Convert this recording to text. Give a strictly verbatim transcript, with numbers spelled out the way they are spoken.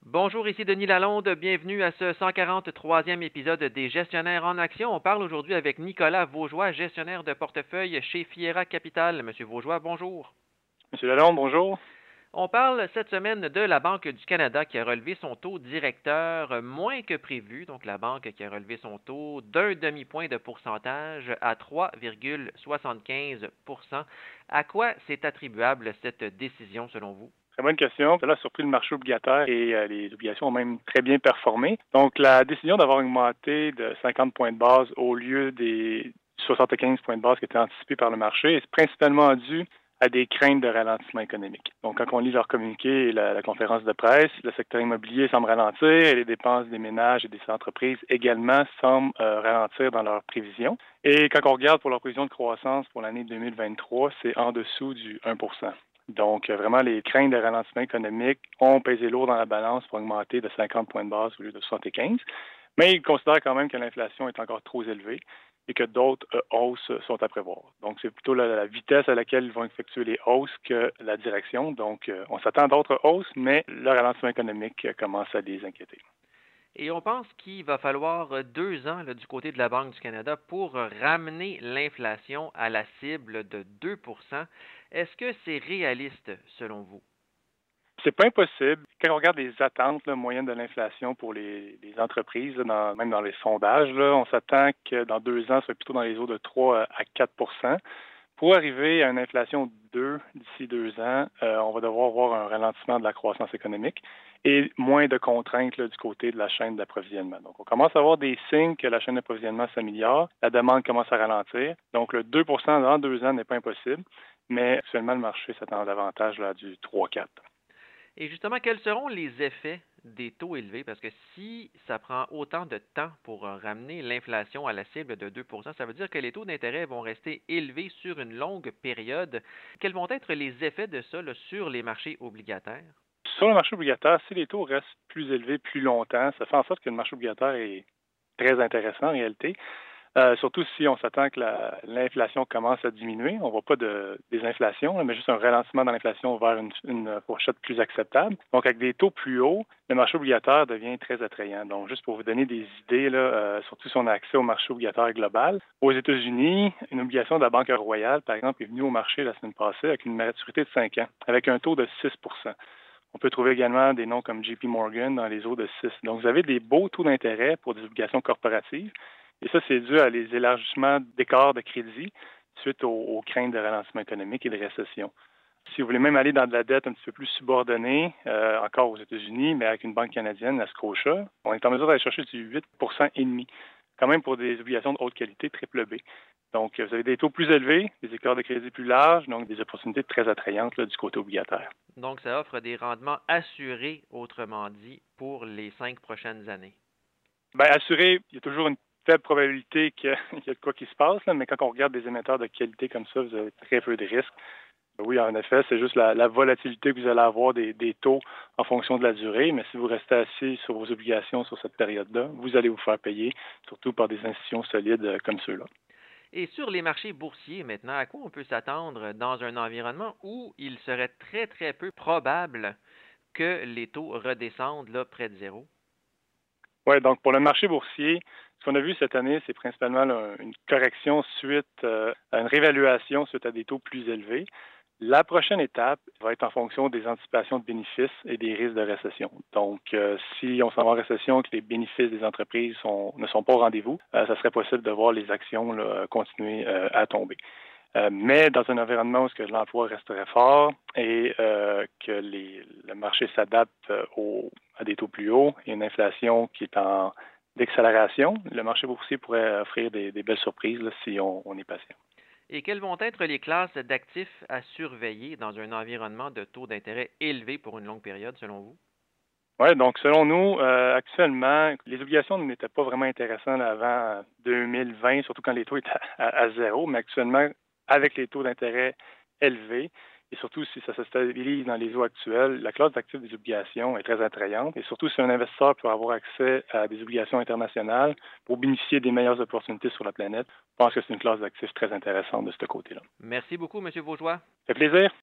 Bonjour, ici Denis Lalonde. Bienvenue à ce cent quarante-troisième épisode des Gestionnaires en action. On parle aujourd'hui avec Nicolas Vaugeois, gestionnaire de portefeuille chez Fiera Capital. Monsieur Vaugeois, bonjour. Monsieur Lalonde, bonjour. On parle cette semaine de la Banque du Canada qui a relevé son taux directeur moins que prévu. Donc, la banque qui a relevé son taux d'un demi-point de pourcentage à trois virgule soixante-quinze pour cent. À quoi c'est attribuable cette décision selon vous? Très bonne question. Cela a surpris le marché obligataire et euh, les obligations ont même très bien performé. Donc, la décision d'avoir augmenté de cinquante points de base au lieu des soixante-quinze points de base qui étaient anticipés par le marché est principalement due à des craintes de ralentissement économique. Donc, quand on lit leur communiqué et la, la conférence de presse, le secteur immobilier semble ralentir et les dépenses des ménages et des entreprises également semblent euh, ralentir dans leurs prévisions. Et quand on regarde pour leur prévision de croissance pour l'année deux mille vingt-trois, c'est en dessous du un pour cent. Donc, vraiment, les craintes de ralentissement économique ont pesé lourd dans la balance pour augmenter de cinquante points de base au lieu de soixante-quinze. Mais ils considèrent quand même que l'inflation est encore trop élevée et que d'autres euh, hausses sont à prévoir. Donc, c'est plutôt la, la vitesse à laquelle ils vont effectuer les hausses que la direction. Donc, euh, on s'attend à d'autres hausses, mais le ralentissement économique euh, commence à les inquiéter. Et on pense qu'il va falloir deux ans là, du côté de la Banque du Canada pour ramener l'inflation à la cible de deux pour cent. Est-ce que c'est réaliste selon vous? C'est pas impossible. Quand on regarde les attentes là, moyennes de l'inflation pour les, les entreprises, là, dans, même dans les sondages, là, on s'attend que dans deux ans, ce soit plutôt dans les eaux de trois à quatre pour cent. Pour arriver à une inflation de deux d'ici deux ans, euh, on va devoir avoir un ralentissement de la croissance économique et moins de contraintes là, du côté de la chaîne d'approvisionnement. Donc, on commence à avoir des signes que la chaîne d'approvisionnement s'améliore, la demande commence à ralentir. Donc, le deux pour cent dans deux ans n'est pas impossible, mais actuellement, le marché s'attend davantage là, du trois à quatre. Et justement, quels seront les effets des taux élevés? Parce que si ça prend autant de temps pour euh, ramener l'inflation à la cible de deux pour cent, ça veut dire que les taux d'intérêt vont rester élevés sur une longue période. Quels vont être les effets de ça là, sur les marchés obligataires? Sur le marché obligataire, si les taux restent plus élevés plus longtemps, ça fait en sorte que le marché obligataire est très intéressant en réalité. Euh, surtout si on s'attend que la- l'inflation commence à diminuer. On ne voit pas de désinflation, là, mais juste un ralentissement dans l'inflation vers une, une fourchette plus acceptable. Donc, avec des taux plus hauts, le marché obligataire devient très attrayant. Donc, juste pour vous donner des idées, là, euh, surtout si on a accès au marché obligataire global, aux États-Unis, une obligation de la Banque Royale, par exemple, est venue au marché la semaine passée avec une maturité de cinq ans, avec un taux de six pour cent. On peut trouver également des noms comme J P Morgan dans les eaux de six. Donc, vous avez des beaux taux d'intérêt pour des obligations corporatives. Et ça, c'est dû à les élargissements d'écarts de crédit suite aux, aux craintes de ralentissement économique et de récession. Si vous voulez même aller dans de la dette un petit peu plus subordonnée, euh, encore aux États-Unis, mais avec une banque canadienne, la Scotia, on est en mesure d'aller chercher du huit pour cent et demi, quand même pour des obligations de haute qualité, triple B. Donc, vous avez des taux plus élevés, des écarts de crédit plus larges, donc des opportunités très attrayantes là, du côté obligataire. Donc, ça offre des rendements assurés, autrement dit, pour les cinq prochaines années. Bien, assuré, il y a toujours une faible probabilité qu'il y a de quoi qui se passe, là, mais quand on regarde des émetteurs de qualité comme ça, vous avez très peu de risques. Oui, en effet, c'est juste la, la volatilité que vous allez avoir des, des taux en fonction de la durée, mais si vous restez assis sur vos obligations sur cette période-là, vous allez vous faire payer, surtout par des institutions solides euh, comme ceux-là. Et sur les marchés boursiers maintenant, à quoi on peut s'attendre dans un environnement où il serait très très peu probable que les taux redescendent là, près de zéro? Oui, donc pour le marché boursier, ce qu'on a vu cette année, c'est principalement là, une correction suite euh, à une réévaluation suite à des taux plus élevés. La prochaine étape va être en fonction des anticipations de bénéfices et des risques de récession. Donc, euh, si on s'en va en récession et que les bénéfices des entreprises sont, ne sont pas au rendez-vous, euh, ça serait possible de voir les actions là, continuer euh, à tomber. Euh, mais dans un environnement où l'emploi resterait fort et euh, que les, le marché s'adapte euh, au, à des taux plus hauts et une inflation qui est en décélération, le marché boursier pourrait offrir des, des belles surprises là, si on, on est patient. Et quelles vont être les classes d'actifs à surveiller dans un environnement de taux d'intérêt élevé pour une longue période, selon vous? Oui, donc selon nous, euh, actuellement, les obligations n'étaient pas vraiment intéressantes avant deux mille vingt, surtout quand les taux étaient à, à, à zéro, mais actuellement, avec les taux d'intérêt élevés, et surtout si ça se stabilise dans les eaux actuelles, la classe d'actifs des obligations est très attrayante, et surtout si un investisseur peut avoir accès à des obligations internationales pour bénéficier des meilleures opportunités sur la planète, je pense que c'est une classe d'actifs très intéressante de ce côté-là. Merci beaucoup, M. Vaugeois. Ça fait plaisir.